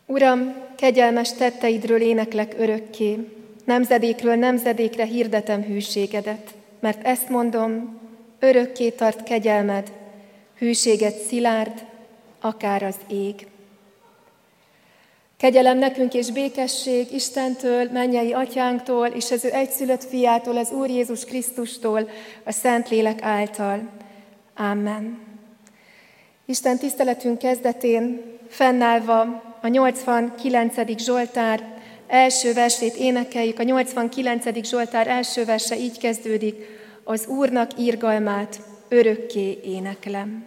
Uram, kegyelmes tetteidről éneklek örökké, nemzedékről nemzedékre hirdetem hűségedet, mert ezt mondom, örökké tart kegyelmed, hűséged szilárd, akár az ég. Kegyelem nekünk és békesség Istentől, mennyei Atyánktól és az ő egyszülött fiától, az Úr Jézus Krisztustól, a Szentlélek által. Amen. Isten tiszteletünk kezdetén fennállva a 89. Zsoltár első versét énekeljük. A 89. Zsoltár első verse így kezdődik: az Úrnak irgalmát örökké éneklem.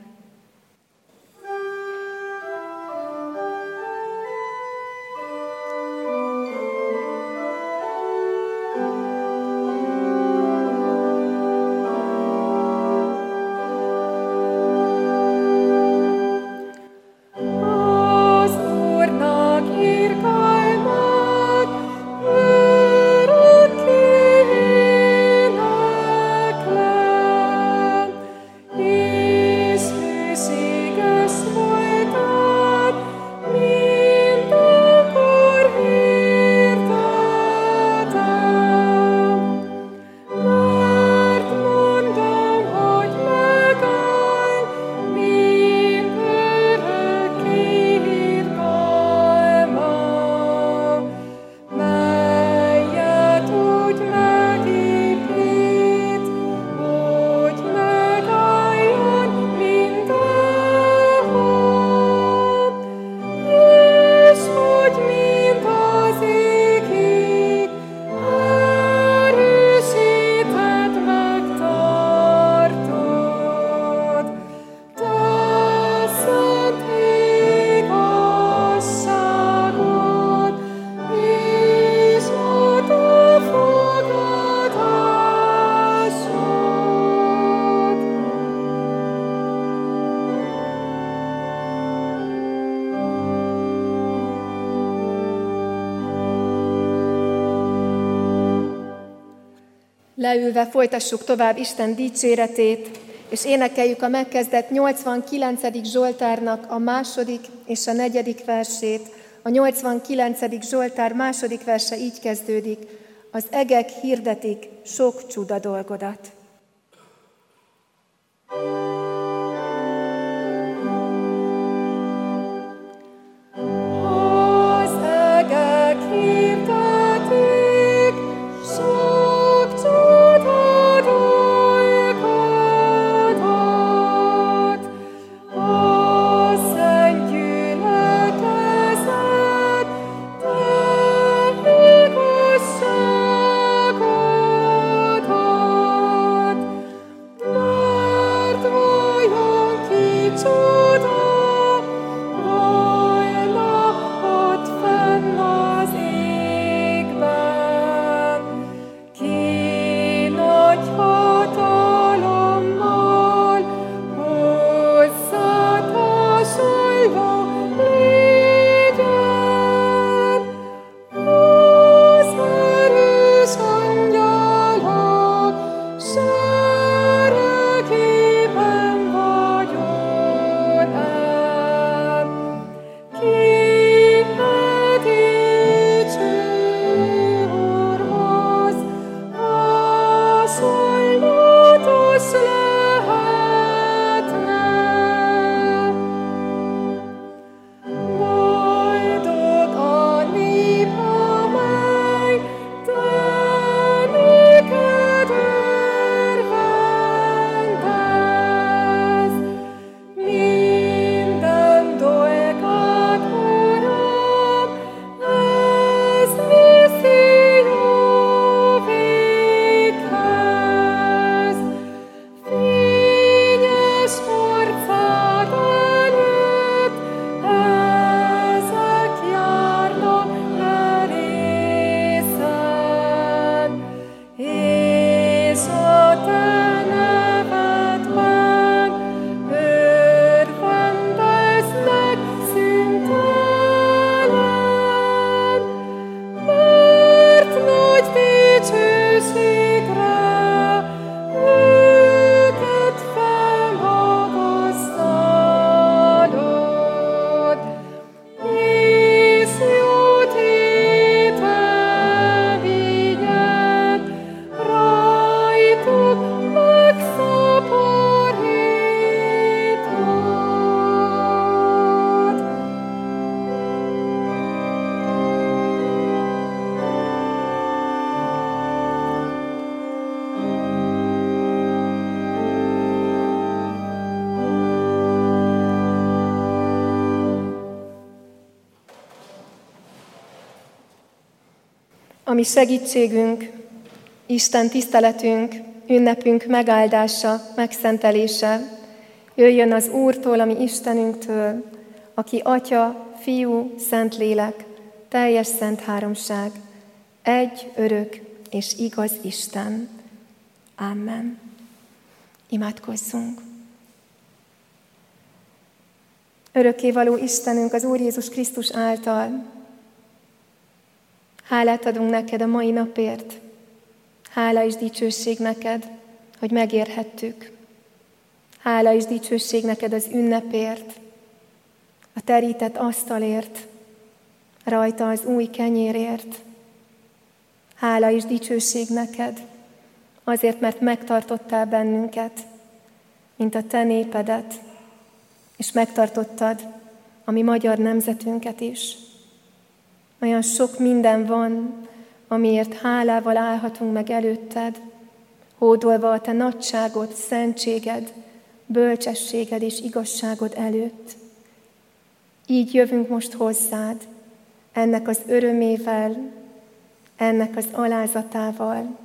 Leülve folytassuk tovább Isten dicséretét, és énekeljük a megkezdett 89. Zsoltárnak a második és a negyedik versét. A 89. Zsoltár második verse így kezdődik: az egek hirdetik sok csuda dolgodat. Ami segítségünk, Isten tiszteletünk, ünnepünk megáldása, megszentelése jöjjön az Úrtól, a mi Istenünktől, aki Atya, Fiú, Szentlélek, teljes szent háromság, egy örök és igaz Isten. Amen. Imádkozzunk. Örökkévaló Istenünk az Úr Jézus Krisztus által, hálát adunk neked a mai napért. Hála és dicsőség neked, hogy megérhettük. Hála és dicsőség neked az ünnepért, a terített asztalért, rajta az új kenyérért. Hála és dicsőség neked, azért, mert megtartottál bennünket, mint a te népedet, és megtartottad a mi magyar nemzetünket is. Olyan sok minden van, amiért hálával állhatunk meg előtted, hódolva a te nagyságod, szentséged, bölcsességed és igazságod előtt. Így jövünk most hozzád, ennek az örömével, ennek az alázatával.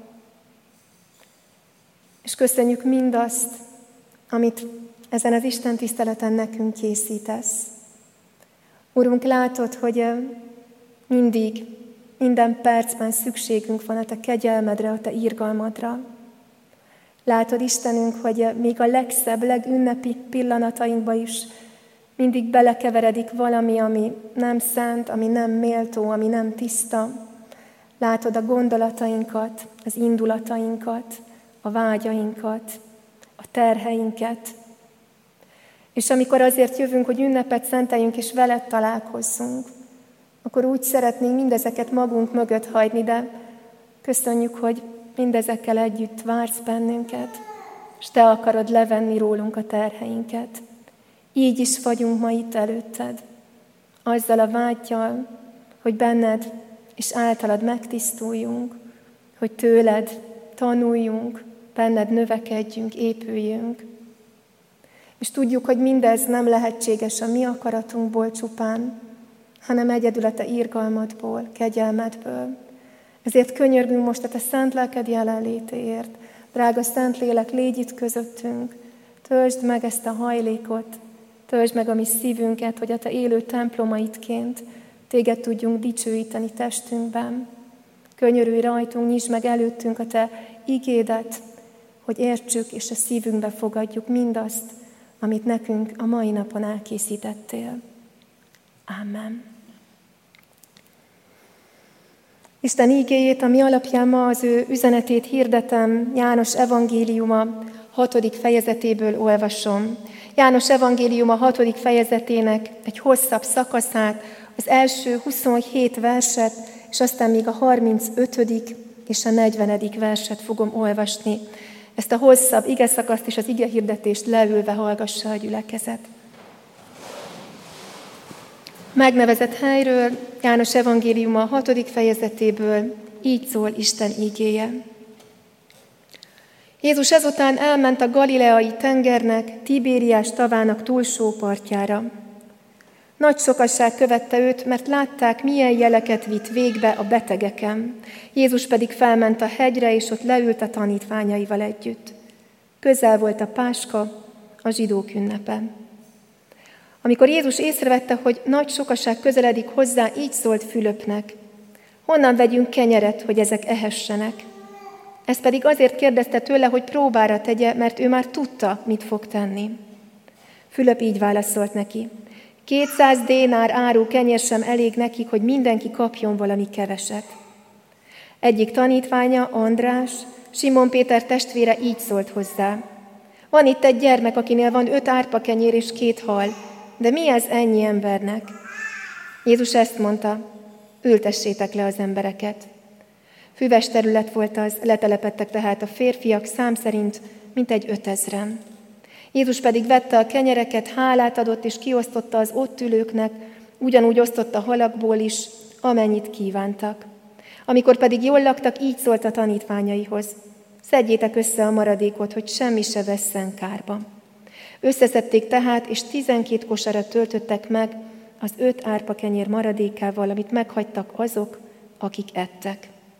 És köszönjük mindazt, amit ezen az Isten tiszteleten nekünk készítesz. Urunk, látod, hogy mindig, minden percben szükségünk van a te kegyelmedre, a te irgalmadra. Látod, Istenünk, hogy még a legszebb, legünnepi pillanatainkba is mindig belekeveredik valami, ami nem szent, ami nem méltó, ami nem tiszta. Látod a gondolatainkat, az indulatainkat, a vágyainkat, a terheinket. És amikor azért jövünk, hogy ünnepet szenteljünk és veled találkozzunk, akkor úgy szeretnénk mindezeket magunk mögött hagyni, de köszönjük, hogy mindezekkel együtt vársz bennünket, és te akarod levenni rólunk a terheinket. Így is vagyunk ma itt előtted, azzal a vággyal, hogy benned és általad megtisztuljunk, hogy tőled tanuljunk, benned növekedjünk, épüljünk. És tudjuk, hogy mindez nem lehetséges a mi akaratunkból csupán, hanem egyedül a te irgalmadból, kegyelmedből. Ezért könyörgünk most a te szent lelked jelenlétéért. Drága Szentlélek, légy itt közöttünk, töltsd meg ezt a hajlékot, töltsd meg a mi szívünket, hogy a te élő templomaidként téged tudjunk dicsőíteni testünkben. Könyörülj rajtunk, nyisd meg előttünk a te igédet, hogy értsük és a szívünkbe fogadjuk mindazt, amit nekünk a mai napon elkészítettél. Ámen. Isten ígéjét, ami alapján ma az ő üzenetét hirdetem, János evangéliuma 6. fejezetéből olvasom. János evangéliuma 6. fejezetének egy hosszabb szakaszát, az első 27 verset, és aztán még a 35. és a 40. verset fogom olvasni. Ezt a hosszabb igeszakaszt és az igehirdetést leülve hallgassa a gyülekezet. Megnevezett helyről, János evangéliuma 6. fejezetéből így szól Isten ígéje. Jézus ezután elment a galileai tengernek, Tibériás tavának túlsó partjára. Nagy sokaság követte őt, mert látták, milyen jeleket vitt végbe a betegeken. Jézus pedig felment a hegyre, és ott leült a tanítványaival együtt. Közel volt a Páska, a zsidók ünnepe. Amikor Jézus észrevette, hogy nagy sokaság közeledik hozzá, így szólt Fülöpnek: honnan vegyünk kenyeret, hogy ezek ehessenek? Ezt pedig azért kérdezte tőle, hogy próbára tegye, mert ő már tudta, mit fog tenni. Fülöp így válaszolt neki: 200 dénár áru kenyér sem elég nekik, hogy mindenki kapjon valami keveset. Egyik tanítványa, András, Simon Péter testvére így szólt hozzá: van itt egy gyermek, akinél van 5 árpakenyér és 2 hal, de mi ez ennyi embernek? Jézus ezt mondta: ültessétek le az embereket. Füves terület volt az, letelepedtek tehát a férfiak szám szerint mintegy 5000-en. Jézus pedig vette a kenyereket, hálát adott és kiosztotta az ott ülőknek, ugyanúgy osztotta halakból is, amennyit kívántak. Amikor pedig jól laktak, így szólt a tanítványaihoz: szedjétek össze a maradékot, hogy semmi se vesszen kárba. Összeszedték tehát, és 12 kosarra töltöttek meg az 5 árpakenyér maradékával, amit meghagytak azok, akik ettek.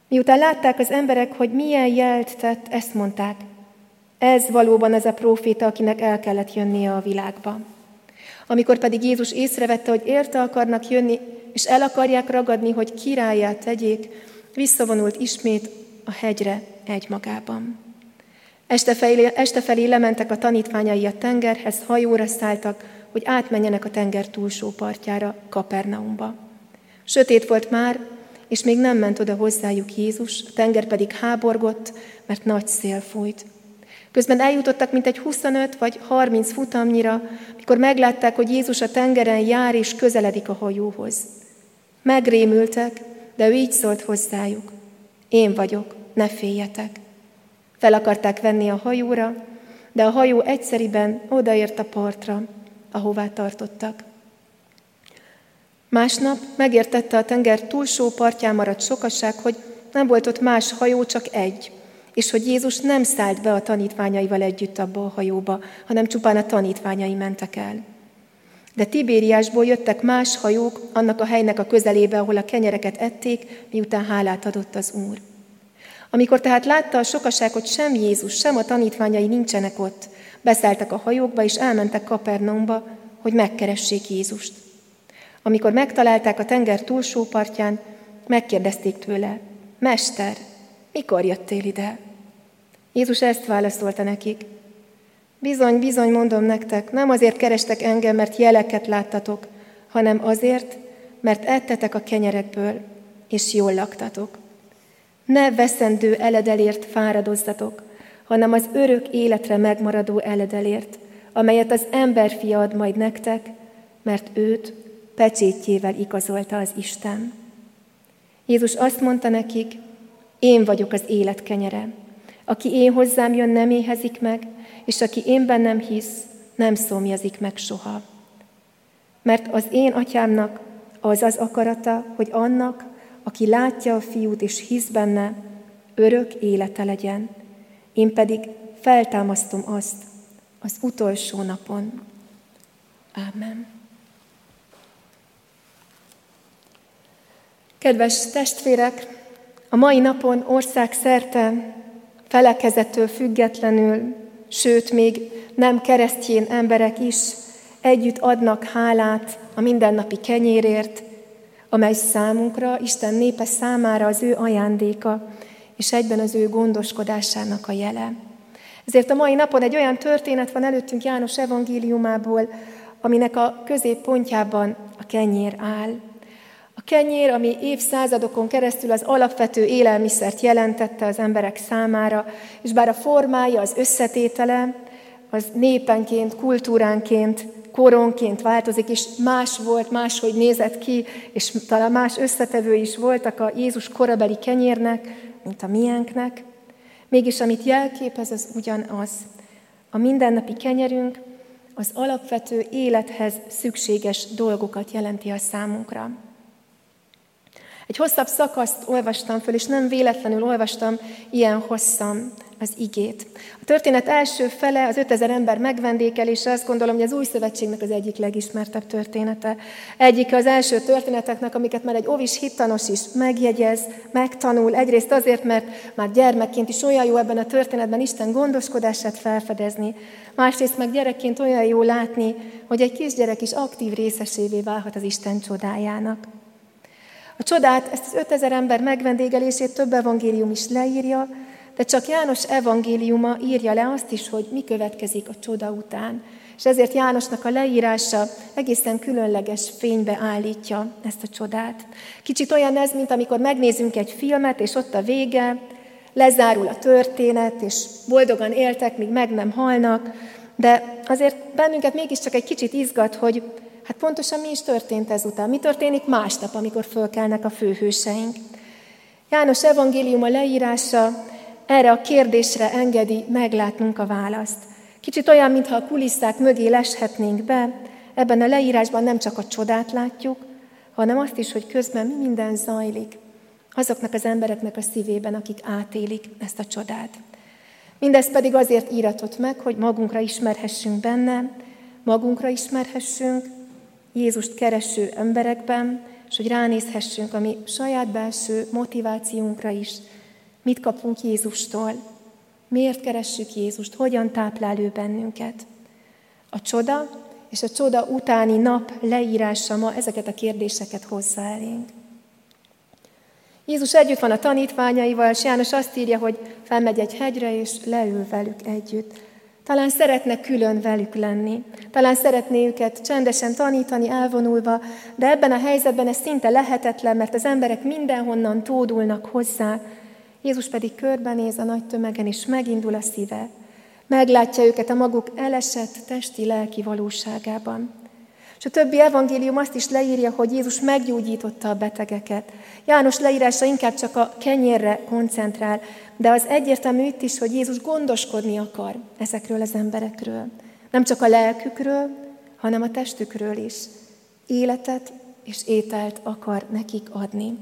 Miután látták az emberek, hogy milyen jelt tett, ezt mondták: ez valóban az a próféta, akinek el kellett jönnie a világba. Amikor pedig Jézus észrevette, hogy érte akarnak jönni, és el akarják ragadni, hogy királlyá tegyék, visszavonult ismét a hegyre egymagában. Este felé lementek a tanítványai a tengerhez, hajóra szálltak, hogy átmenjenek a tenger túlsó partjára, Kapernaumba. Sötét volt már, és még nem ment oda hozzájuk Jézus, a tenger pedig háborgott, mert nagy szél fújt. Közben eljutottak mintegy 25 vagy 30 futamnyira, mikor meglátták, hogy Jézus a tengeren jár és közeledik a hajóhoz. Megrémültek, de ő így szólt hozzájuk: én vagyok, ne féljetek. Fel akarták venni a hajóra, de a hajó egyszeriben odaért a partra, ahová tartottak. Másnap megértette a tenger túlsó partján maradt sokaság, hogy nem volt ott más hajó, csak egy, és hogy Jézus nem szállt be a tanítványaival együtt abba a hajóba, hanem csupán a tanítványai mentek el. De Tibériásból jöttek más hajók annak a helynek a közelébe, ahol a kenyereket ették, miután hálát adott az Úr. Amikor tehát látta a sokaság, hogy sem Jézus, sem a tanítványai nincsenek ott, beszálltak a hajókba és elmentek Kapernaumba, hogy megkeressék Jézust. Amikor megtalálták a tenger túlsó partján, megkérdezték tőle: Mester, mikor jöttél ide? Jézus ezt válaszolta nekik: bizony, bizony mondom nektek, nem azért kerestek engem, mert jeleket láttatok, hanem azért, mert ettetek a kenyerekből, és jól laktatok. Ne veszendő eledelért fáradozzatok, hanem az örök életre megmaradó eledelért, amelyet az emberfia ad majd nektek, mert őt pecsétjével igazolta az Isten. Jézus azt mondta nekik: én vagyok az élet kenyere. Aki én hozzám jön, nem éhezik meg, és aki én bennem hisz, nem szomjazik meg soha. Mert az én atyámnak az az akarata, hogy annak, aki látja a fiút és hisz benne, örök élete legyen. Én pedig feltámasztom azt az utolsó napon. Ámen. Kedves testvérek, a mai napon országszerte, felekezettől függetlenül, sőt, még nem keresztény emberek is együtt adnak hálát a mindennapi kenyérért, amely számunkra, Isten népe számára az ő ajándéka, és egyben az ő gondoskodásának a jele. Ezért a mai napon egy olyan történet van előttünk János evangéliumából, aminek a középpontjában a kenyér áll. A kenyér, ami évszázadokon keresztül az alapvető élelmiszert jelentette az emberek számára, és bár a formája, az összetétele, az népenként, kultúránként, koronként változik, és más volt, máshogy nézett ki, és talán más összetevői is voltak a Jézus korabeli kenyérnek, mint a miénknek. Mégis amit jelképez, az ugyanaz. A mindennapi kenyerünk az alapvető élethez szükséges dolgokat jelenti a számunkra. Egy hosszabb szakaszt olvastam föl, és nem véletlenül olvastam ilyen hosszan az igét. A történet első fele, az 5000 ember megvendégelése, azt gondolom, hogy az Új Szövetségnek az egyik legismertebb története. Egyik az első történeteknek, amiket már egy óvis hittanos is megjegyez, megtanul. Egyrészt azért, mert már gyermekként is olyan jó ebben a történetben Isten gondoskodását felfedezni. Másrészt meg gyerekként olyan jó látni, hogy egy kisgyerek is aktív részesévé válhat az Isten csodájának. A csodát, ezt az 5000 ember megvendégelését több evangélium is leírja, de csak János evangéliuma írja le azt is, hogy mi következik a csoda után. És ezért Jánosnak a leírása egészen különleges fénybe állítja ezt a csodát. Kicsit olyan ez, mint amikor megnézünk egy filmet, és ott a vége, lezárul a történet, és boldogan éltek, míg meg nem halnak, de azért bennünket mégiscsak egy kicsit izgat, hogy hát pontosan mi is történt ezután? Mi történik másnap, amikor fölkelnek a főhőseink? János evangéliuma leírása erre a kérdésre engedi meglátnunk a választ. Kicsit olyan, mintha a kulisszák mögé leshetnénk be, ebben a leírásban nem csak a csodát látjuk, hanem azt is, hogy közben mi minden zajlik azoknak az embereknek a szívében, akik átélik ezt a csodát. Mindez pedig azért íratott meg, hogy magunkra ismerhessünk benne, magunkra ismerhessünk Jézust kereső emberekben, és hogy ránézhessünk a mi saját belső motivációnkra is. Mit kapunk Jézustól? Miért keressük Jézust? Hogyan táplál ő bennünket? A csoda és a csoda utáni nap leírása ma ezeket a kérdéseket hozza elénk. Jézus együtt van a tanítványaival, és János azt írja, hogy felmegy egy hegyre, és leül velük együtt. Talán szeretne külön velük lenni, talán szeretné őket csendesen tanítani, elvonulva, de ebben a helyzetben ez szinte lehetetlen, mert az emberek mindenhonnan tódulnak hozzá. Jézus pedig körbenéz a nagy tömegen, és megindul a szíve. Meglátja őket a maguk elesett testi-lelki valóságában. És a többi evangélium azt is leírja, hogy Jézus meggyógyította a betegeket. János leírása inkább csak a kenyérre koncentrál, de az egyértelmű itt is, hogy Jézus gondoskodni akar ezekről az emberekről. Nem csak a lelkükről, hanem a testükről is. Életet és ételt akar nekik adni.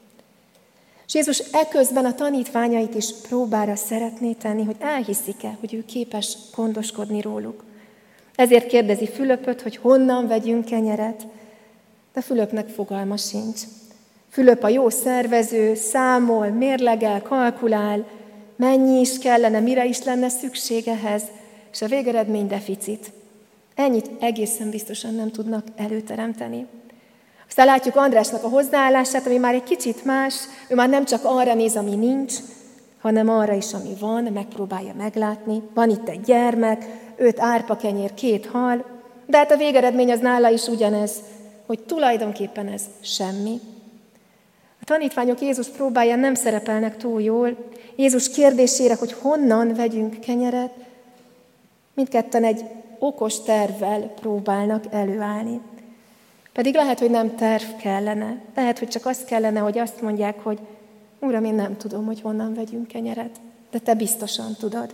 És Jézus eközben a tanítványait is próbára szeretné tenni, hogy elhiszik-e, hogy ő képes gondoskodni róluk. Ezért kérdezi Fülöpöt, hogy honnan vegyünk kenyeret, de Fülöpnek fogalma sincs. Fülöp a jó szervező, számol, mérlegel, kalkulál, mennyi is kellene, mire is lenne szükség ehhez, és a végeredmény deficit. Ennyit egészen biztosan nem tudnak előteremteni. Aztán látjuk Andrásnak a hozzáállását, ami már egy kicsit más, ő már nem csak arra néz, ami nincs, hanem arra is, ami van, megpróbálja meglátni. Van itt egy gyermek, 5 árpakenyér, 2 hal, de hát a végeredmény az nála is ugyanez, hogy tulajdonképpen ez semmi. A tanítványok Jézus próbáján nem szerepelnek túl jól. Jézus kérdésére, hogy honnan vegyünk kenyeret, mindketten egy okos tervvel próbálnak előállni. Pedig lehet, hogy nem terv kellene. Lehet, hogy csak az kellene, hogy azt mondják, hogy Uram, én nem tudom, hogy honnan vegyünk kenyeret, de te biztosan tudod.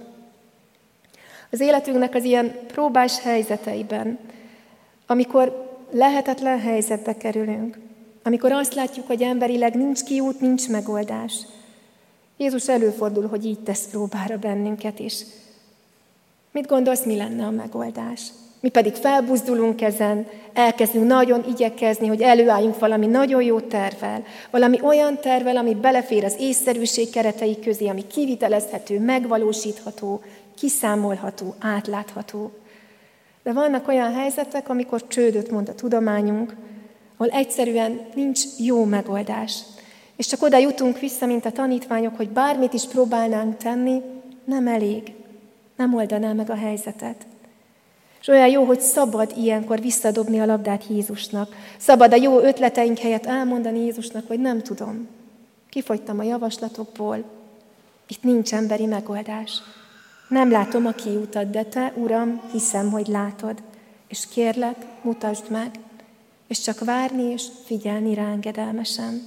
Az életünknek az ilyen próbás helyzeteiben, amikor lehetetlen helyzetbe kerülünk, amikor azt látjuk, hogy emberileg nincs kiút, nincs megoldás, Jézus előfordul, hogy így tesz próbára bennünket is. Mit gondolsz, mi lenne a megoldás? Mi pedig felbuzdulunk ezen, elkezdünk nagyon igyekezni, hogy előálljunk valami nagyon jó tervvel, valami olyan tervvel, ami belefér az észszerűség keretei közé, ami kivitelezhető, megvalósítható, kiszámolható, átlátható. De vannak olyan helyzetek, amikor csődöt mond a tudományunk, ahol egyszerűen nincs jó megoldás. És csak oda jutunk vissza, mint a tanítványok, hogy bármit is próbálnánk tenni, nem elég, nem oldaná meg a helyzetet. És olyan jó, hogy szabad ilyenkor visszadobni a labdát Jézusnak. Szabad a jó ötleteink helyett elmondani Jézusnak, hogy nem tudom. Kifogytam a javaslatokból, itt nincs emberi megoldás. Nem látom a kiutat, de te, Uram, hiszem, hogy látod. És kérlek, mutasd meg, és csak várni és figyelni rá engedelmesen.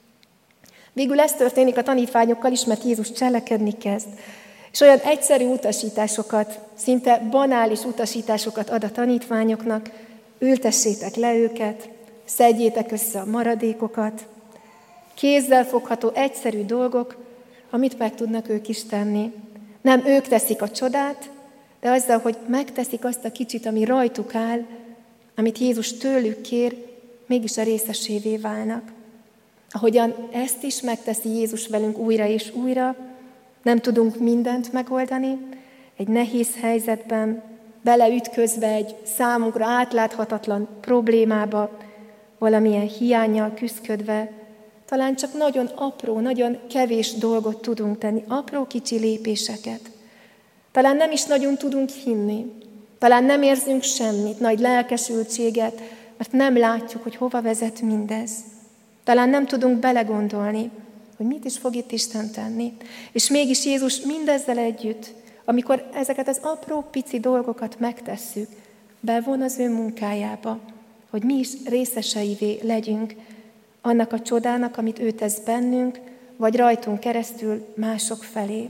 Végül ez történik a tanítványokkal is, mert Jézus cselekedni kezd. És olyan egyszerű utasításokat, szinte banális utasításokat ad a tanítványoknak, ültessétek le őket, szedjétek össze a maradékokat, kézzel fogható egyszerű dolgok, amit meg tudnak ők is tenni. Nem ők teszik a csodát, de azzal, hogy megteszik azt a kicsit, ami rajtuk áll, amit Jézus tőlük kér, mégis a részesévé válnak. Ahogyan ezt is megteszi Jézus velünk újra és újra, nem tudunk mindent megoldani, egy nehéz helyzetben, beleütközve egy számunkra átláthatatlan problémába, valamilyen hiánnyal küszködve, talán csak nagyon apró, nagyon kevés dolgot tudunk tenni, apró kicsi lépéseket. Talán nem is nagyon tudunk hinni, talán nem érzünk semmit, nagy lelkesültséget, mert nem látjuk, hogy hova vezet mindez. Talán nem tudunk belegondolni, hogy mit is fog itt Isten tenni. És mégis Jézus mindezzel együtt, amikor ezeket az apró pici dolgokat megtesszük, bevon az ő munkájába, hogy mi is részeseivé legyünk annak a csodának, amit ő tesz bennünk, vagy rajtunk keresztül mások felé.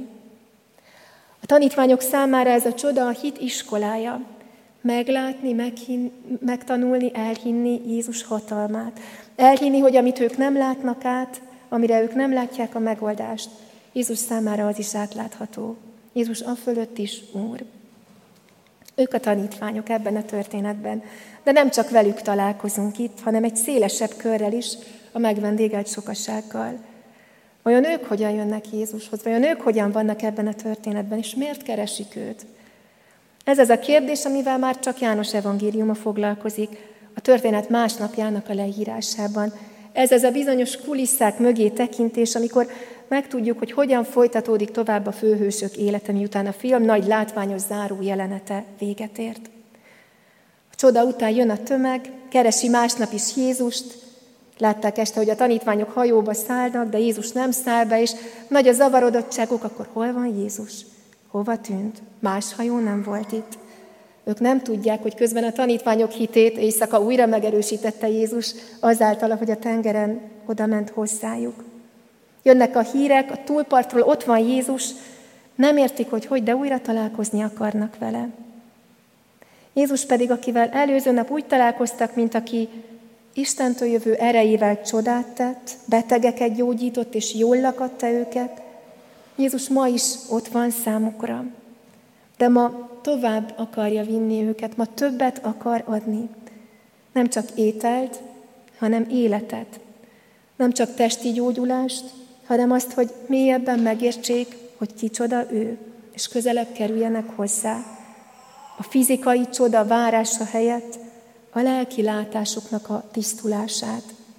A tanítványok számára ez a csoda a hit iskolája. Meglátni, megtanulni, elhinni Jézus hatalmát. Elhinni, hogy amit ők nem látnak át, amire ők nem látják a megoldást, Jézus számára az is átlátható. Jézus afölött is Úr. Ők a tanítványok ebben a történetben. De nem csak velük találkozunk itt, hanem egy szélesebb körrel is, a megvendégelt sokasággal. Vajon ők hogyan jönnek Jézushoz? Vajon ők hogyan vannak ebben a történetben? És miért keresik őt? Ez az a kérdés, amivel már csak János evangéliuma foglalkozik a történet másnapjának a leírásában. Ez az a bizonyos kulisszák mögé tekintés, amikor megtudjuk, hogy hogyan folytatódik tovább a főhősök élete, miután a film nagy látványos záró jelenete véget ért. A csoda után jön a tömeg, keresi másnap is Jézust. Látták este, hogy a tanítványok hajóba szállnak, de Jézus nem száll be, és nagy a zavarodottságuk, akkor hol van Jézus? Hova tűnt? Más hajó nem volt itt. Ők nem tudják, hogy közben a tanítványok hitét éjszaka újra megerősítette Jézus azáltal, ahogy a tengeren oda ment hozzájuk. Jönnek a hírek, a túlpartról ott van Jézus, nem értik, hogy de újra találkozni akarnak vele. Jézus pedig, akivel előző nap úgy találkoztak, mint aki Istentől jövő erejével csodát tett, betegeket gyógyított és jól lakatta őket, Jézus ma is ott van számukra. De ma tovább akarja vinni őket, ma többet akar adni. Nem csak ételt, hanem életet. Nem csak testi gyógyulást, hanem azt, hogy mélyebben megértsék, hogy kicsoda ő, és közelebb kerüljenek hozzá. A fizikai csoda várása helyett a lelki látásuknak a tisztulását.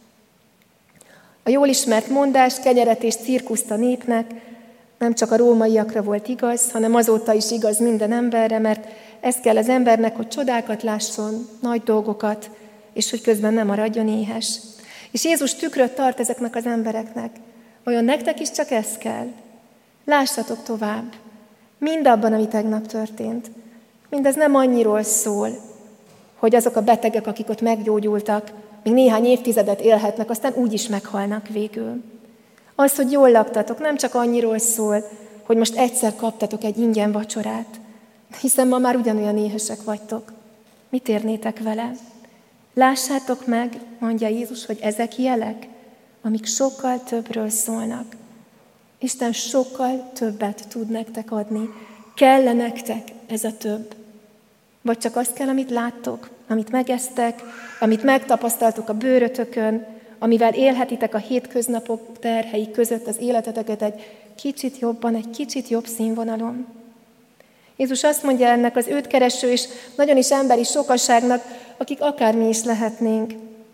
A jól ismert mondás kenyeret és cirkuszt a népnek nem csak a rómaiakra volt igaz, hanem azóta is igaz minden emberre, mert ez kell az embernek, hogy csodákat lásson, nagy dolgokat, és hogy közben nem maradjon éhes. És Jézus tükröt tart ezeknek az embereknek. Olyan nektek is csak ez kell. Lássatok tovább. Mindabban, ami tegnap történt. Mindez nem annyiról szól, hogy azok a betegek, akik ott meggyógyultak, még néhány évtizedet élhetnek, aztán úgy is meghalnak végül. Az, hogy jól laktatok, nem csak annyiról szól, hogy most egyszer kaptatok egy ingyen vacsorát, hiszen ma már ugyanolyan éhesek vagytok. Mit érnétek vele? Lássátok meg, mondja Jézus, hogy ezek jelek, amik sokkal többről szólnak. Isten sokkal többet tud nektek adni. Kell nektek ez a több? Vagy csak azt kell, amit láttok, amit megesztek, amit megtapasztaltok a bőrötökön, amivel élhetitek a hétköznapok terhei között az életeteket egy kicsit jobban, egy kicsit jobb színvonalon. Jézus azt mondja ennek az őt kereső és nagyon is emberi sokaságnak, akik akármi is lehetnénk,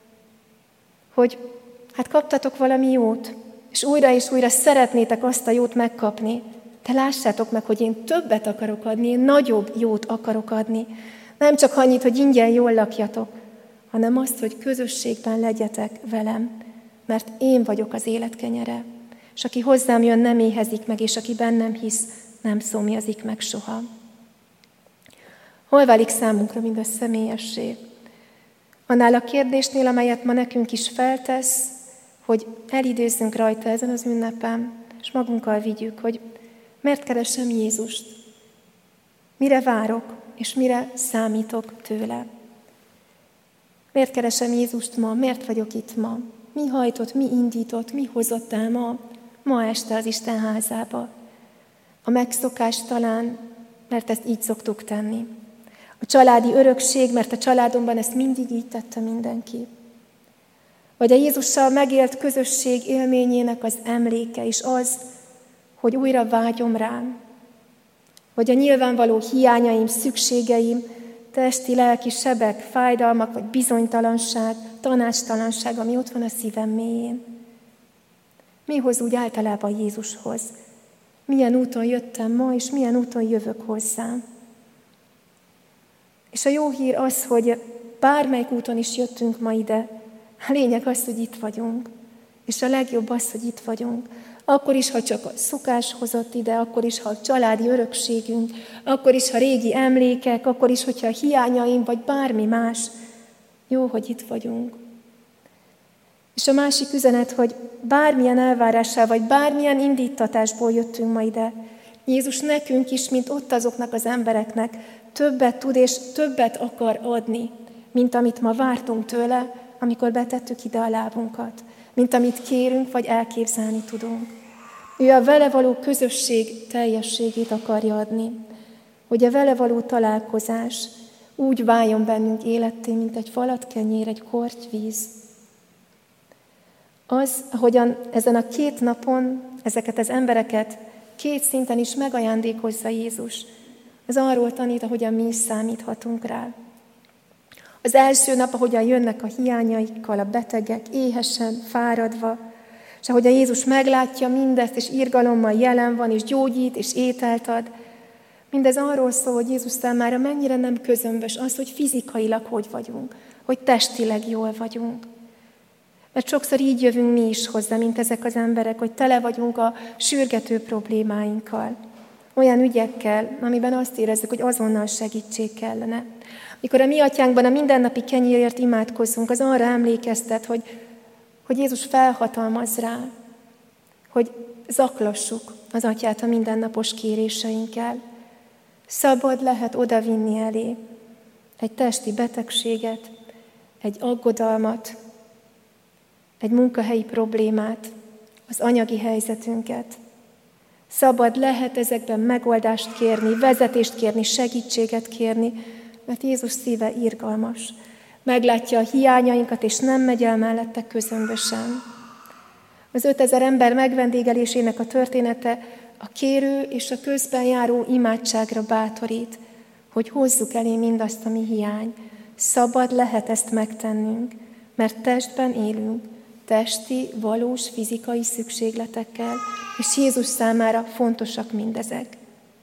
hogy hát kaptatok valami jót, és újra szeretnétek azt a jót megkapni, de lássátok meg, hogy én többet akarok adni, én nagyobb jót akarok adni. Nem csak annyit, hogy ingyen jól lakjatok, hanem azt, hogy közösségben legyetek velem, mert én vagyok az élet kenyere, és aki hozzám jön, nem éhezik meg, és aki bennem hisz, nem szomjazik meg soha. Hol válik számunkra mindez személyessé? Annál a kérdésnél, amelyet ma nekünk is feltesz, hogy elidézzünk rajta ezen az ünnepen, és magunkkal vigyük, hogy miért keresem Jézust, mire várok, és mire számítok tőle. Miért keresem Jézust ma, miért vagyok itt ma, mi hajtott, mi indított, mi hozott el ma este az Isten házába. A megszokás talán, mert ezt így szoktuk tenni. A családi örökség, mert a családomban ezt mindig így tette mindenki. Vagy a Jézussal megélt közösség élményének az emléke is az, hogy újra vágyom rám. Vagy a nyilvánvaló hiányaim, szükségeim, testi, lelki sebek, fájdalmak, vagy bizonytalanság, tanácstalanság, ami ott van a szívem mélyén. Mi hoz úgy általában Jézushoz? Milyen úton jöttem ma, és milyen úton jövök hozzám? És a jó hír az, hogy bármelyik úton is jöttünk ma ide, a lényeg az, hogy itt vagyunk. És a legjobb az, hogy itt vagyunk. Akkor is, ha csak a szokás hozott ide, akkor is, ha a családi örökségünk, akkor is, ha régi emlékek, akkor is, hogyha a hiányaim, vagy bármi más. Jó, hogy itt vagyunk. És a másik üzenet, hogy bármilyen elvárással, vagy bármilyen indítatásból jöttünk ma ide, Jézus nekünk is, mint ott azoknak az embereknek többet tud és többet akar adni, mint amit ma vártunk tőle, amikor betettük ide a lábunkat, mint amit kérünk, vagy elképzelni tudunk. Ő a vele való közösség teljességét akarja adni. hogy a vele való találkozás úgy váljon bennünk életté, mint egy falatkenyér, egy kortyvíz. Az, ahogyan ezen a 2 napon ezeket az embereket 2 szinten is megajándékozza Jézus, az arról tanít, ahogyan mi is számíthatunk rá. Az első nap, ahogyan jönnek a hiányaikkal, a betegek, éhesen, fáradva, és ahogyan Jézus meglátja mindezt, és irgalommal jelen van, és gyógyít, és ételt ad, mindez arról szól, hogy Jézus számára mennyire nem közömbös az, hogy fizikailag hogy vagyunk, hogy testileg jól vagyunk. Mert sokszor így jövünk mi is hozzá, mint ezek az emberek, hogy tele vagyunk a sürgető problémáinkkal. Olyan ügyekkel, amiben azt érezzük, hogy azonnal segítség kellene. Mikor a mi atyánkban a mindennapi kenyérért imádkozzunk, az arra emlékeztet, hogy Jézus felhatalmaz rá, hogy zaklassuk az atyát a mindennapos kéréseinkkel. Szabad lehet odavinni elé egy testi betegséget, egy aggodalmat, egy munkahelyi problémát, az anyagi helyzetünket. Szabad lehet ezekben megoldást kérni, vezetést kérni, segítséget kérni, mert Jézus szíve irgalmas. Meglátja a hiányainkat, és nem megy el mellette közömbösen. Az 5000 ember megvendégelésének a története a kérő és a közben járó imádságra bátorít, hogy hozzuk elé mindazt, ami hiány. Szabad lehet ezt megtennünk, mert testben élünk, testi, valós, fizikai szükségletekkel, és Jézus számára fontosak mindezek.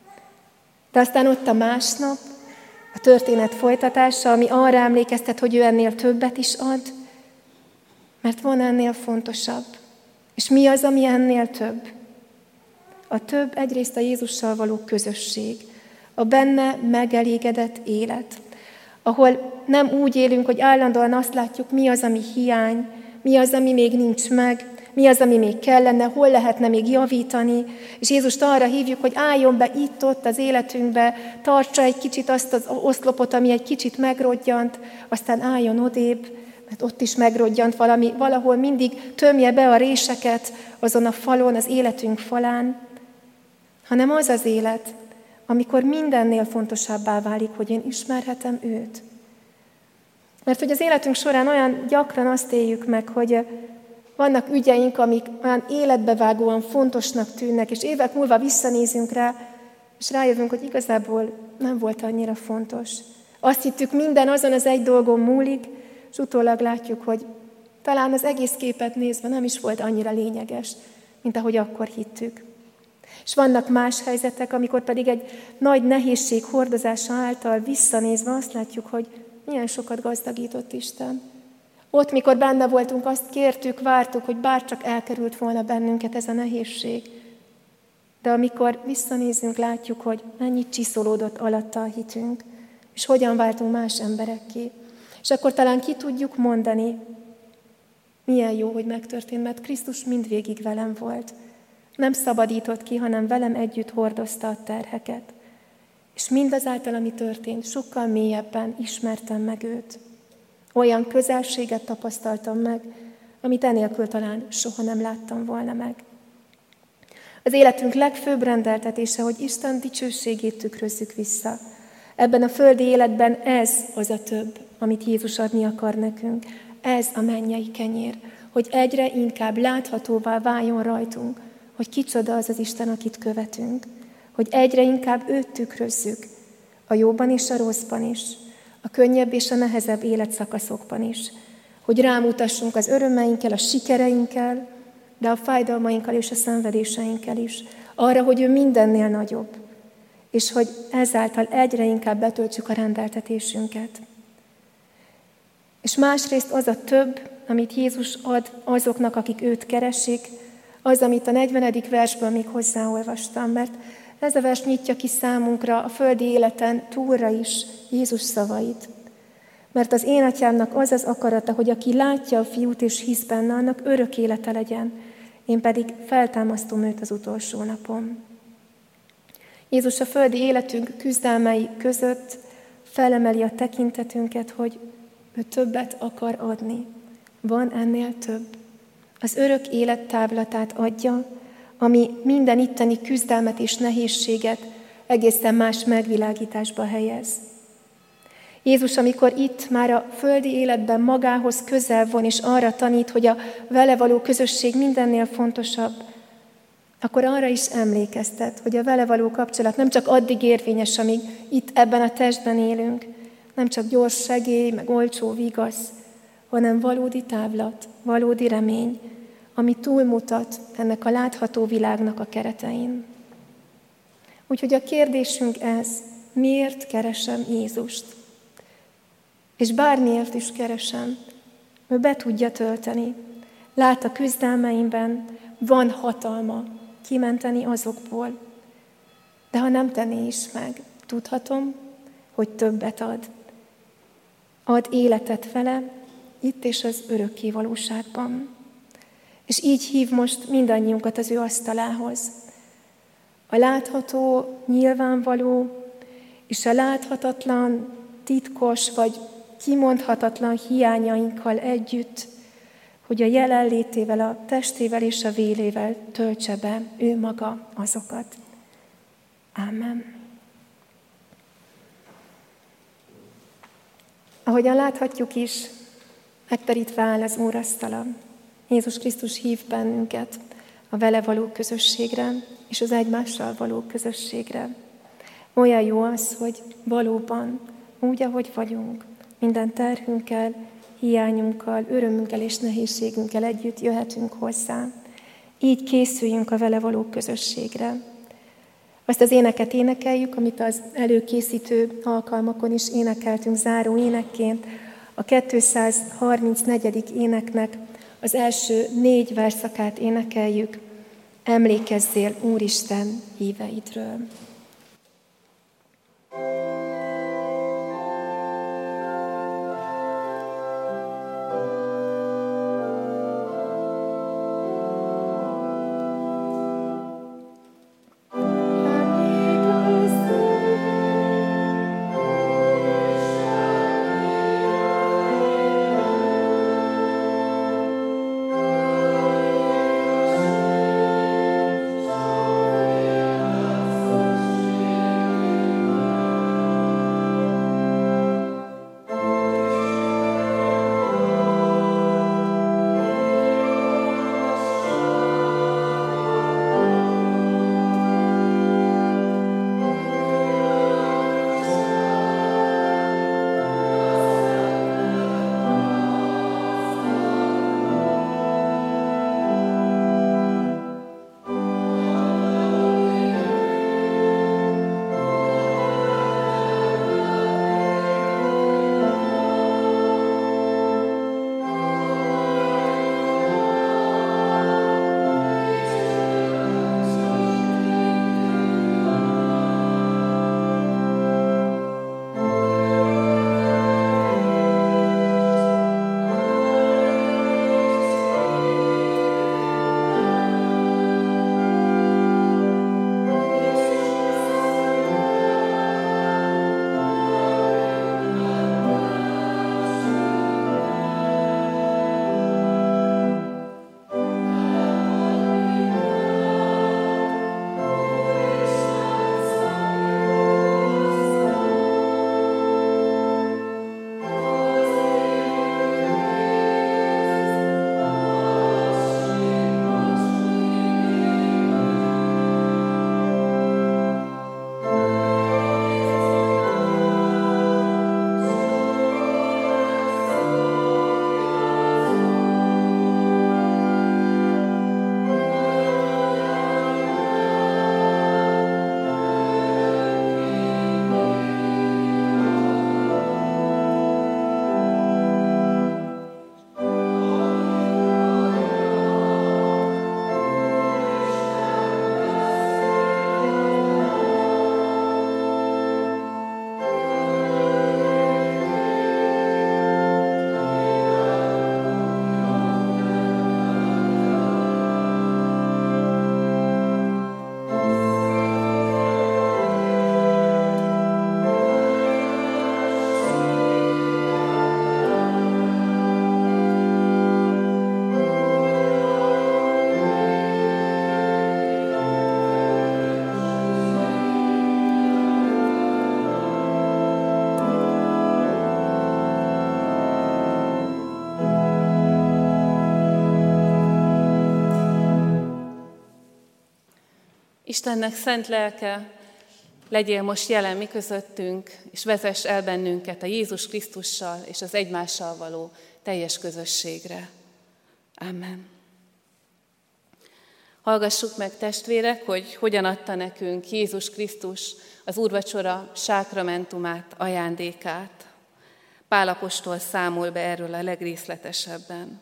De aztán ott a másnap, a történet folytatása, ami arra emlékeztet, hogy ő ennél többet is ad, mert van ennél fontosabb. És mi az, ami ennél több? A több egyrészt a Jézussal való közösség, a benne megelégedett élet, ahol nem úgy élünk, hogy állandóan azt látjuk, mi az, ami hiány, mi az, ami még nincs meg, mi az, ami még kellene, hol lehetne még javítani, és Jézust arra hívjuk, hogy álljon be itt-ott az életünkbe, tartsa egy kicsit azt az oszlopot, ami egy kicsit megrodjant, aztán álljon odébb, mert ott is megrodjant valami, valahol mindig tömje be a réseket azon a falon, az életünk falán, hanem az az élet, amikor mindennél fontosabbá válik, hogy én ismerhetem őt. Mert hogy az életünk során olyan gyakran azt éljük meg, hogy vannak ügyeink, amik olyan életbevágóan fontosnak tűnnek, és évek múlva visszanézünk rá, és rájövünk, hogy igazából nem volt annyira fontos. Azt hittük, minden azon az egy dolgon múlik, és utólag látjuk, hogy talán az egész képet nézve nem is volt annyira lényeges, mint ahogy akkor hittük. És vannak más helyzetek, amikor pedig egy nagy nehézség hordozása által visszanézve azt látjuk, hogy milyen sokat gazdagított Isten. Ott, mikor benne voltunk, azt kértük, vártuk, hogy bárcsak elkerült volna bennünket ez a nehézség. De amikor visszanézünk, látjuk, hogy mennyit csiszolódott alatta a hitünk, és hogyan váltunk más emberekké. És akkor talán ki tudjuk mondani, milyen jó, hogy megtörtént, mert Krisztus mindvégig velem volt. Nem szabadított ki, hanem velem együtt hordozta a terheket. És mindazáltal, ami történt, sokkal mélyebben ismertem meg őt. Olyan közelséget tapasztaltam meg, amit enélkül talán soha nem láttam volna meg. Az életünk legfőbb rendeltetése, hogy Isten dicsőségét tükrözzük vissza. Ebben a földi életben ez az a több, amit Jézus adni akar nekünk. Ez a mennyei kenyér, hogy egyre inkább láthatóvá váljon rajtunk, hogy kicsoda az az Isten, akit követünk, hogy egyre inkább őt tükrözzük, a jóban és a rosszban is, a könnyebb és a nehezebb életszakaszokban is, hogy rámutassunk az örömeinkkel, a sikereinkkel, de a fájdalmainkkal és a szenvedéseinkkel is, arra, hogy ő mindennél nagyobb, és hogy ezáltal egyre inkább betöltsük a rendeltetésünket. És másrészt az a több, amit Jézus ad azoknak, akik őt keresik, az, amit a 40. versből még hozzáolvastam, mert ez a vers nyitja ki számunkra a földi életen túlra is Jézus szavait. Mert az én atyámnak az az akarata, hogy aki látja a fiút és hisz benne, annak örök élete legyen, én pedig feltámasztom őt az utolsó napon. Jézus a földi életünk küzdelmei között felemeli a tekintetünket, hogy ő többet akar adni. Van ennél több. Az örök élet távlatát adja, ami minden itteni küzdelmet és nehézséget egészen más megvilágításba helyez. Jézus, amikor itt már a földi életben magához közel von, és arra tanít, hogy a vele való közösség mindennél fontosabb, akkor arra is emlékeztet, hogy a vele való kapcsolat nem csak addig érvényes, amíg itt ebben a testben élünk, nem csak gyors segély, meg olcsó vigasz, hanem valódi távlat, valódi remény, ami túlmutat ennek a látható világnak a keretein. Úgyhogy a kérdésünk ez, miért keresem Jézust? És bármiért is keresem, ő be tudja tölteni. Lát a küzdelmeimben, van hatalma kimenteni azokból. De ha nem tenné is meg, tudhatom, hogy többet ad. Ad életet vele, itt és az örökké valóságban. És így hív most mindannyiunkat az ő asztalához. A látható, nyilvánvaló, és a láthatatlan, titkos vagy kimondhatatlan hiányainkkal együtt, hogy a jelenlétével, a testével és a vérével töltse be ő maga azokat. Ámen. Ahogyan láthatjuk is, megterítve áll az úrasztala. Jézus Krisztus hív bennünket a vele való közösségre és az egymással való közösségre. Olyan jó az, hogy valóban úgy, ahogy vagyunk, minden terhünkkel, hiányunkkal, örömünkkel és nehézségünkkel együtt jöhetünk hozzá. Így készüljünk a vele való közösségre. Azt az éneket énekeljük, amit az előkészítő alkalmakon is énekeltünk záró énekként, a 234. éneknek az első 4 verszakát énekeljük. Emlékezzél, Úristen, híveidről. Istennek szent lelke, legyél most jelen mi közöttünk, és vezess el bennünket a Jézus Krisztussal és az egymással való teljes közösségre. Amen. Hallgassuk meg, testvérek, hogy hogyan adta nekünk Jézus Krisztus az úrvacsora sákramentumát, ajándékát. Pál apostol számol be erről a legrészletesebben.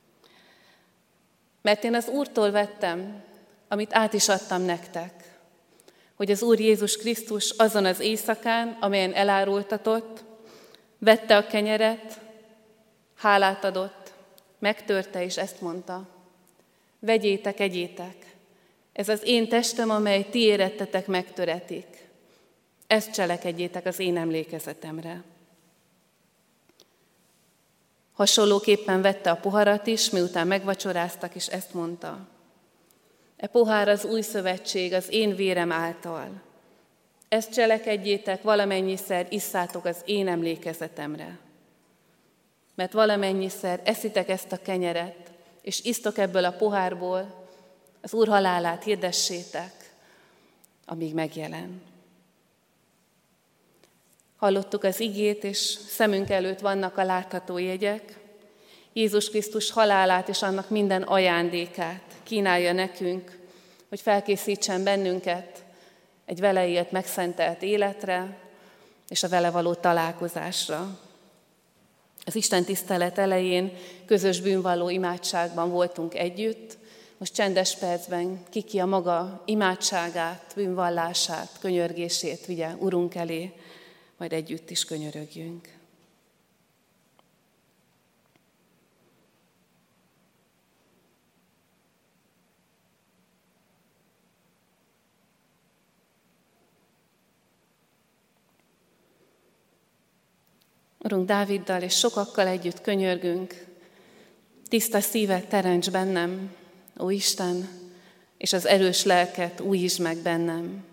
Mert én az Úrtól vettem, amit át is adtam nektek, hogy az Úr Jézus Krisztus azon az éjszakán, amelyen elárultatott, vette a kenyeret, hálát adott, megtörte, és ezt mondta: vegyétek, egyétek, ez az én testem, amely ti érettetek megtöretik. Ezt cselekedjétek az én emlékezetemre. Hasonlóképpen vette a poharat is, miután megvacsoráztak, és ezt mondta: e pohár az új szövetség az én vérem által. Ezt cselekedjétek, valamennyiszer isszátok az én emlékezetemre. Mert valamennyiszer eszitek ezt a kenyeret, és isztok ebből a pohárból, az Úr halálát hirdessétek, amíg megjelen. Hallottuk az igét, és szemünk előtt vannak a látható jegyek. Jézus Krisztus halálát és annak minden ajándékát kínálja nekünk, hogy felkészítsen bennünket egy vele élt, megszentelt életre és a vele való találkozásra. Az Isten tisztelet elején közös bűnvalló imádságban voltunk együtt, most csendes percben ki a maga imádságát, bűnvallását, könyörgését vigye Urunk elé, majd együtt is könyörögjünk. Urunk, Dáviddal és sokakkal együtt könyörgünk: tiszta szívet teremts bennem, ó Isten, és az erős lelket újítsd meg bennem.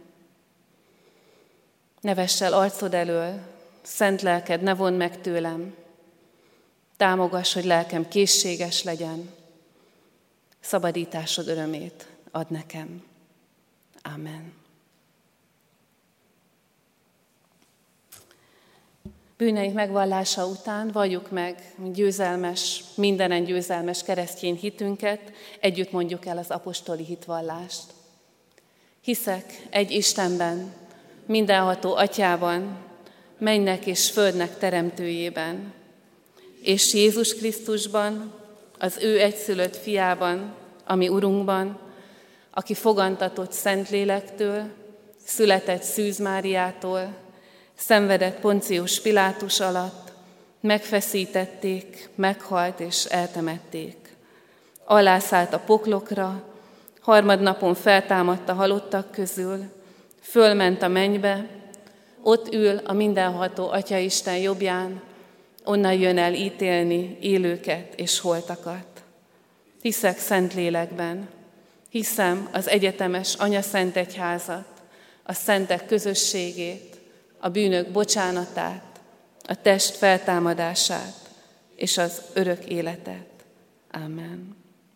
Ne vess el arcod elől, szent lelked ne vondd meg tőlem. Támogass, hogy lelkem készséges legyen. Szabadításod örömét add nekem. Amen. Bűneink megvallása után valljuk meg győzelmes, mindenen győzelmes keresztény hitünket, együtt mondjuk el az apostoli hitvallást. Hiszek egy Istenben, mindenható Atyában, mennynek és földnek teremtőjében, és Jézus Krisztusban, az ő egyszülött fiában, ami Urunkban, aki fogantatott Szentlélektől, született Szűz Máriától, szenvedett Poncius Pilátus alatt, megfeszítették, meghalt és eltemették. Alászállt a poklokra, harmadnapon feltámadt a halottak közül, fölment a mennybe, ott ül a mindenható Atyaisten jobbján, onnan jön el ítélni élőket és holtakat. Hiszek Szentlélekben, hiszem az egyetemes Anyaszentegyházat, a szentek közösségét, a bűnök bocsánatát, a test feltámadását és az örök életet. Amen.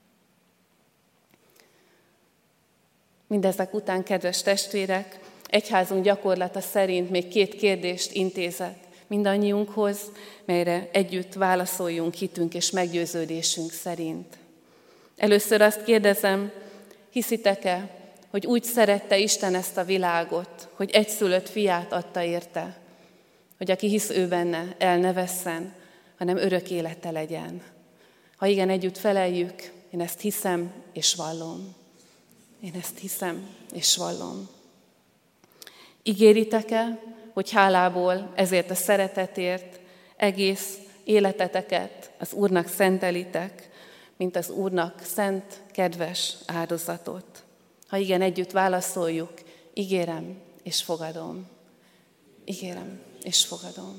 Mindezek után, kedves testvérek, egyházunk gyakorlata szerint még 2 kérdést intézek mindannyiunkhoz, melyre együtt válaszoljunk hitünk és meggyőződésünk szerint. Először azt kérdezem, hiszitek-e, hogy úgy szerette Isten ezt a világot, hogy egyszülött fiát adta érte, hogy aki hisz ő benne, el ne vesszen, hanem örök élete legyen. Ha igen, együtt feleljük: én ezt hiszem és vallom. Én ezt hiszem és vallom. Ígéritek-e, hogy hálából ezért a szeretetért egész életeteket az Úrnak szentelitek, mint az Úrnak szent, kedves áldozatot? Ha igen, együtt válaszoljuk: ígérem és fogadom. Ígérem és fogadom.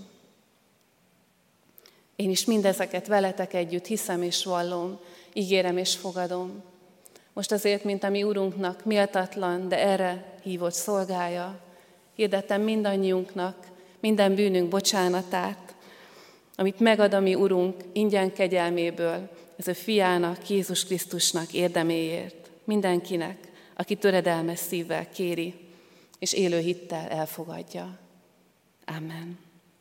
Én is mindezeket veletek együtt hiszem és vallom, ígérem és fogadom. Most azért, mint a mi Urunknak méltatlan, de erre hívott szolgája, hirdetem mindannyiunknak minden bűnünk bocsánatát, amit megad a mi Urunk ingyen kegyelméből, az ő fiának, Jézus Krisztusnak érdeméért. Mindenkinek, aki töredelmes szívvel kéri, és élő hittel elfogadja. Amen.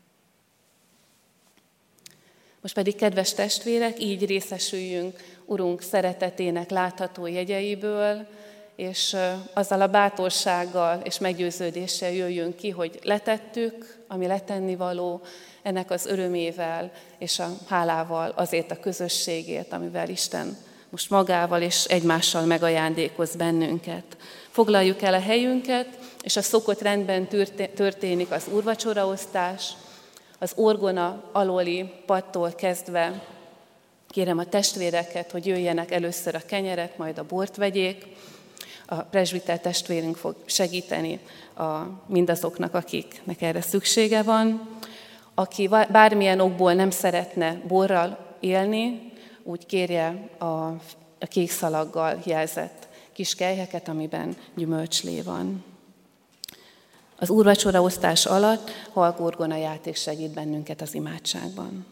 Most pedig, kedves testvérek, így részesüljünk Urunk szeretetének látható jegyeiből, és azzal a bátorsággal és meggyőződéssel jöjjünk ki, hogy letettük, ami letennivaló, ennek az örömével és a hálával azért a közösségért, amivel Isten most magával és egymással megajándékoz bennünket. Foglaljuk el a helyünket, és a szokott rendben történik az úrvacsoraosztás, az orgona alóli padtól kezdve. Kérem a testvéreket, hogy jöjjenek először a kenyeret, majd a bort vegyék. A presbiter testvérünk fog segíteni mindazoknak, akiknek erre szüksége van. Aki bármilyen okból nem szeretne borral élni, úgy kérje a kék szalaggal jelzett kis kelyheket, amiben gyümölcslé van. Az úrvacsoraosztás alatt halk-orgona játék segít bennünket az imádságban.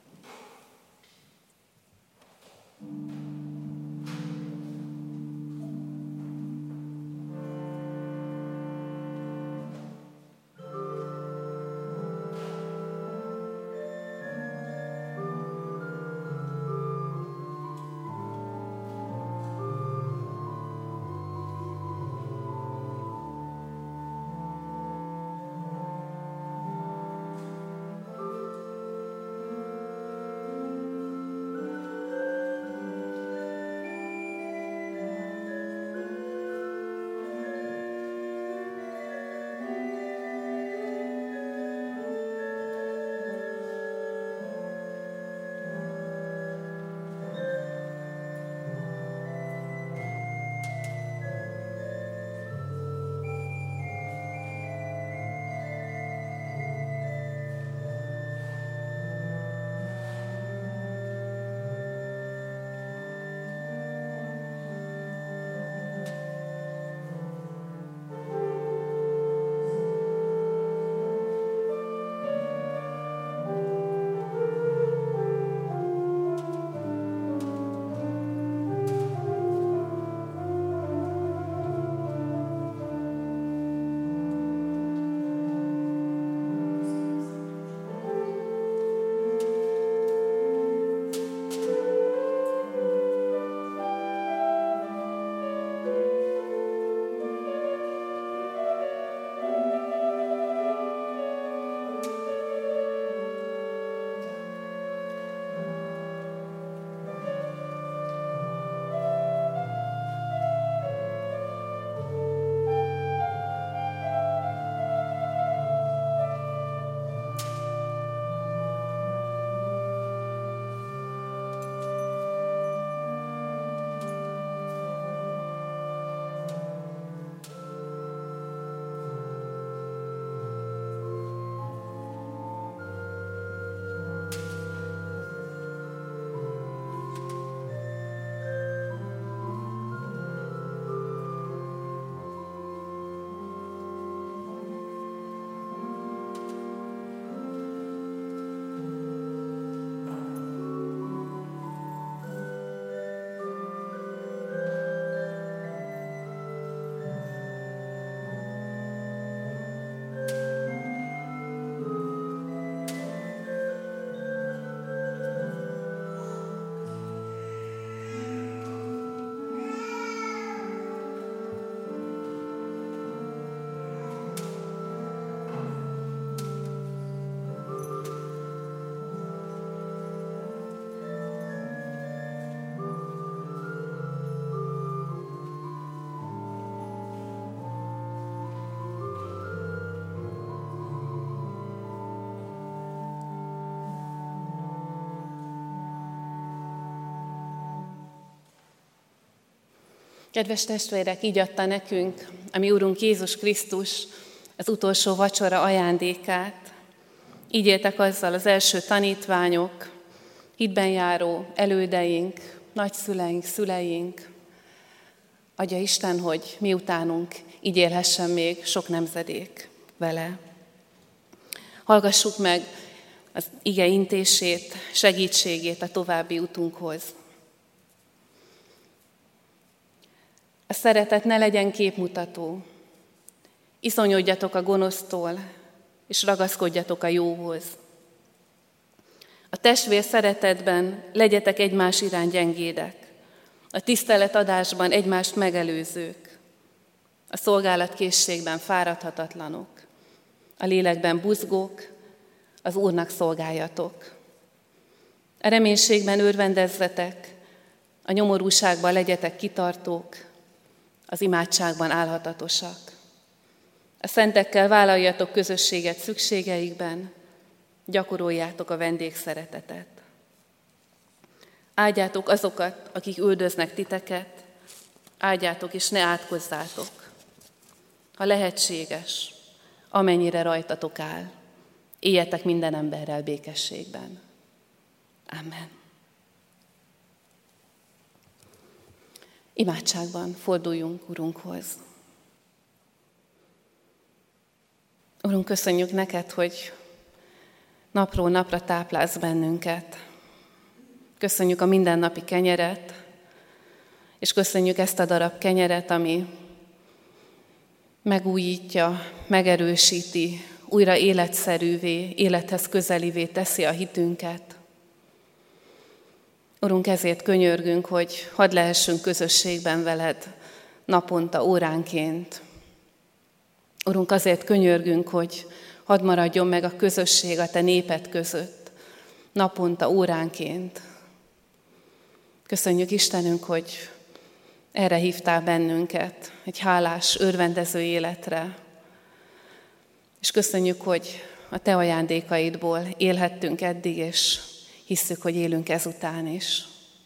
Kedves testvérek, így adta nekünk a mi Úrunk Jézus Krisztus az utolsó vacsora ajándékát. Így éltek azzal az első tanítványok, hitben járó elődeink, nagyszüleink, szüleink. Adja Isten, hogy miutánunk így élhessen még sok nemzedék vele. Hallgassuk meg az ige intését, segítségét a további utunkhoz. A szeretet ne legyen képmutató. Iszonyodjatok a gonosztól, és ragaszkodjatok a jóhoz. A testvér szeretetben legyetek egymás iránt gyengédek, a tiszteletadásban egymást megelőzők, a szolgálatkészségben fáradhatatlanok, a lélekben buzgók, az Úrnak szolgáljatok. A reménységben örvendezzetek, a nyomorúságban legyetek kitartók, az imádságban állhatatosak. A szentekkel vállaljatok közösséget szükségeikben, gyakoroljátok a vendégszeretetet. Áldjátok azokat, akik üldöznek titeket, áldjátok és ne átkozzátok. Ha lehetséges, amennyire rajtatok áll, éljetek minden emberrel békességben. Amen. Imádságban forduljunk Urunkhoz. Urunk, köszönjük neked, hogy napról napra táplálsz bennünket. Köszönjük a mindennapi kenyeret, és köszönjük ezt a darab kenyeret, ami megújítja, megerősíti, újra életszerűvé, élethez közelivé teszi a hitünket. Urunk, ezért könyörgünk, hogy hadd lehessünk közösségben veled naponta, óránként. Urunk, azért könyörgünk, hogy hadd maradjon meg a közösség a te néped között, naponta, óránként. Köszönjük Istenünk, hogy erre hívtál bennünket, egy hálás, örvendező életre. És köszönjük, hogy a te ajándékaidból élhettünk eddig, és hisszük, hogy élünk ezután is.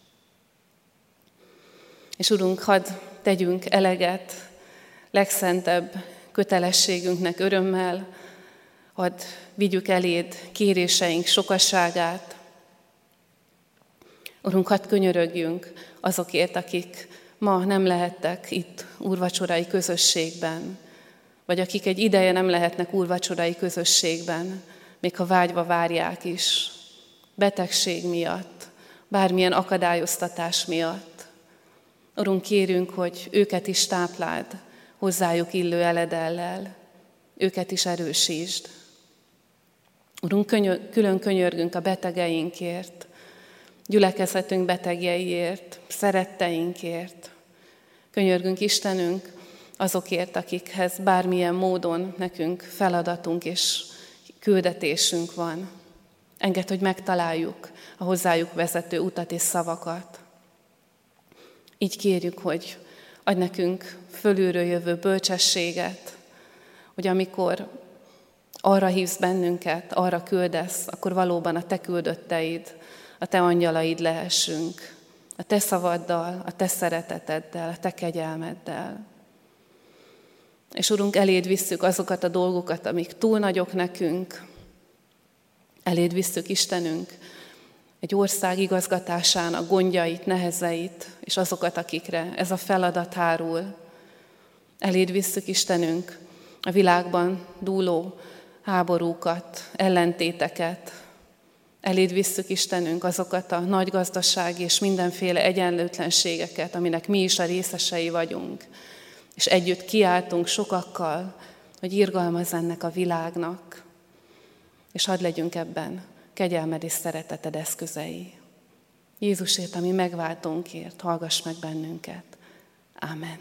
És Urunk, hadd tegyünk eleget legszentebb kötelességünknek örömmel, hadd vigyük eléd kéréseink sokasságát. Urunk, hadd könyörögjünk azokért, akik ma nem lehettek itt úrvacsorai közösségben, vagy akik egy ideje nem lehetnek úrvacsorai közösségben, még ha vágyva várják is, betegség miatt, bármilyen akadályoztatás miatt. Urunk, kérünk, hogy őket is tápláld, hozzájuk illő eledellel, őket is erősítsd. Urunk, külön könyörgünk a betegeinkért, gyülekezetünk betegjeiért, szeretteinkért. Könyörgünk Istenünk azokért, akikhez bármilyen módon nekünk feladatunk és küldetésünk van. Engedd, hogy megtaláljuk a hozzájuk vezető utat és szavakat. Így kérjük, hogy adj nekünk fölülről jövő bölcsességet, hogy amikor arra hívsz bennünket, arra küldesz, akkor valóban a te küldötteid, a te angyalaid lehessünk, a te szavaddal, a te szereteteddel, a te kegyelmeddel. És Urunk, eléd visszük azokat a dolgokat, amik túl nagyok nekünk, eléd visszük Istenünk egy ország igazgatásának gondjait, nehezeit, és azokat, akikre ez a feladat hárul. Eléd visszük Istenünk a világban dúló háborúkat, ellentéteket. Eléd visszük Istenünk azokat a nagy gazdasági és mindenféle egyenlőtlenségeket, aminek mi is a részesei vagyunk. És együtt kiáltunk sokakkal, hogy irgalmazz ennek a világnak, és hadd legyünk ebben kegyelmed és szereteted eszközei. Jézusért, ami megváltónkért, hallgass meg bennünket. Ámen.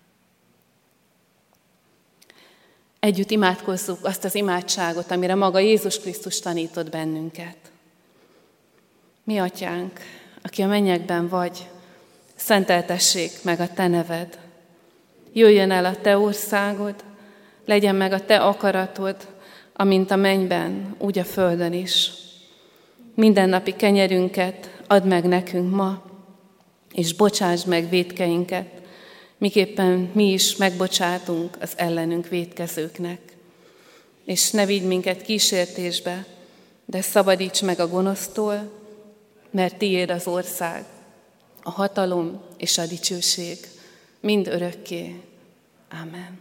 Együtt imádkozzuk azt az imádságot, amire maga Jézus Krisztus tanított bennünket. Mi atyánk, aki a mennyekben vagy, szenteltessék meg a te neved. Jöjjön el a te országod, legyen meg a te akaratod, amint a mennyben, úgy a földön is. Mindennapi kenyerünket add meg nekünk ma, és bocsásd meg vétkeinket, miképpen mi is megbocsátunk az ellenünk vétkezőknek. És ne vigy minket kísértésbe, de szabadíts meg a gonosztól, mert tiéd az ország, a hatalom és a dicsőség, mind örökké. Ámen.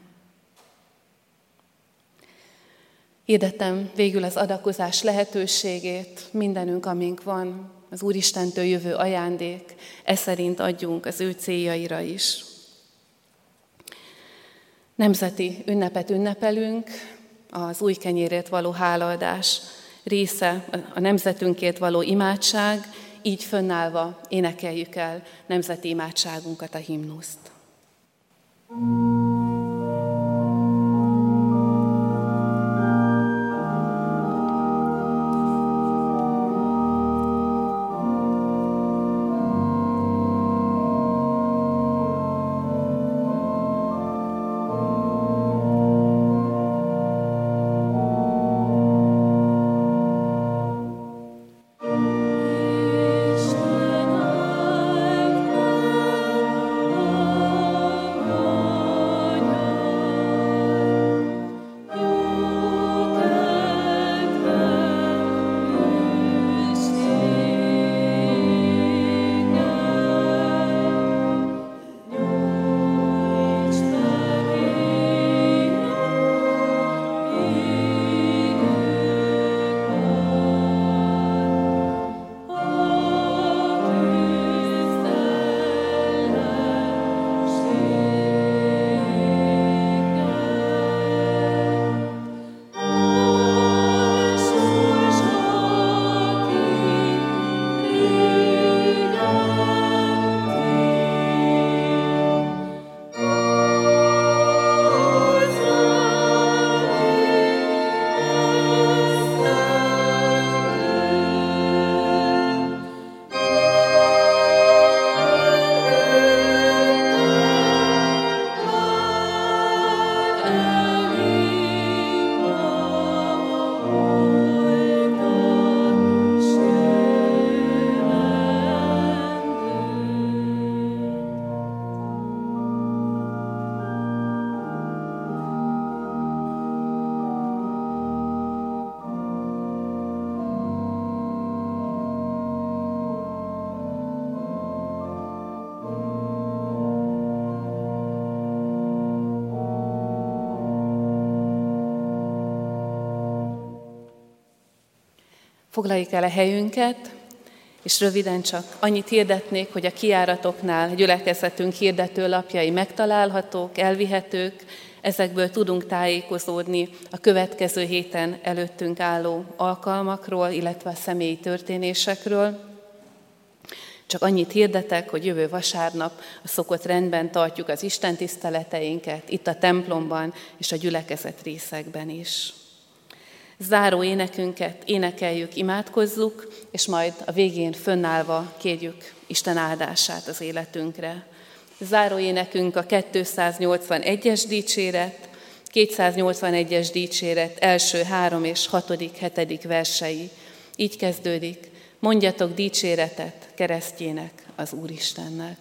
Hirdetem végül az adakozás lehetőségét, mindenünk, amink van, az Úristentől jövő ajándék, e szerint adjunk az ő céljaira is. Nemzeti ünnepet ünnepelünk, az új kenyérért való hálaadás része, a nemzetünkért való imádság, így fönnállva énekeljük el nemzeti imádságunkat, a himnuszt. Foglaljuk el a helyünket, és röviden csak annyit hirdetnék, hogy a kijáratoknál gyülekezetünk hirdetőlapjai megtalálhatók, elvihetők, ezekből tudunk tájékozódni a következő héten előttünk álló alkalmakról, illetve a személyi történésekről. Csak annyit hirdetek, hogy jövő vasárnap a szokott rendben tartjuk az istentiszteleteinket, itt a templomban és a gyülekezet részekben is. Záró énekünket énekeljük, imádkozzuk, és majd a végén fönnállva kérjük Isten áldását az életünkre. Záró énekünk a 281-es dicséret, 281-es dicséret első 3 és 6., 7. versei. Így kezdődik: mondjatok dicséretet keresztjének, az Úristennek.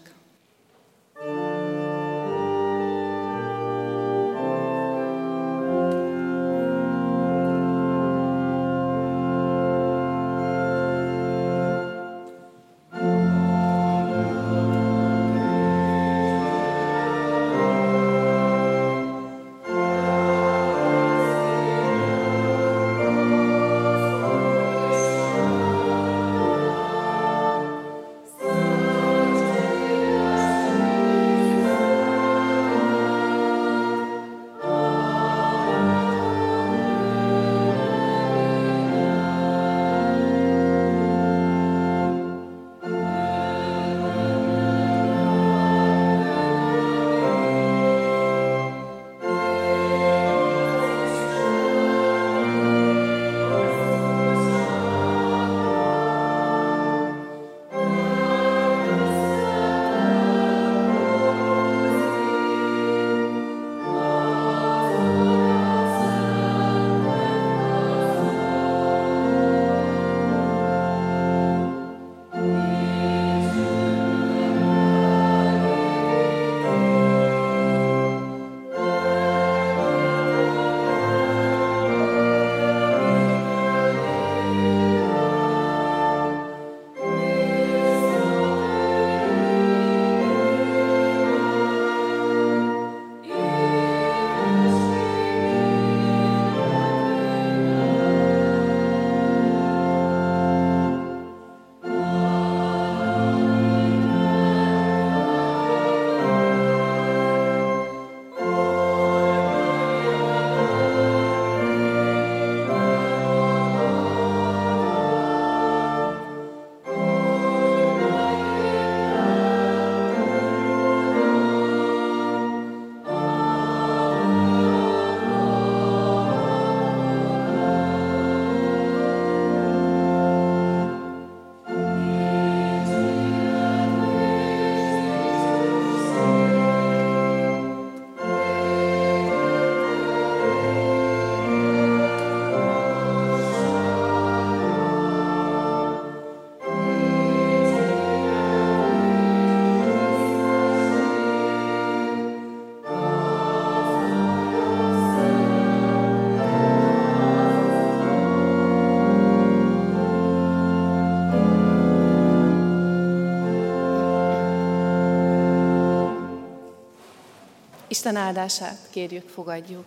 Isten áldását kérjük, fogadjuk.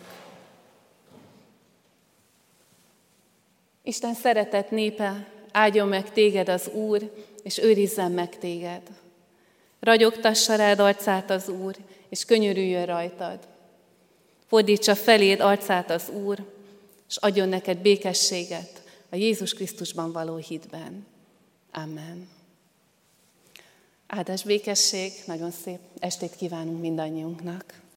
Isten szeretett népe, áldjon meg téged az Úr, és őrizzen meg téged. Ragyogtassa rád arcát az Úr, és könyörüljön rajtad. Fordítsa feléd arcát az Úr, és adjon neked békességet a Jézus Krisztusban való hitben. Amen. Áldás békesség, nagyon szép estét kívánunk mindannyiunknak.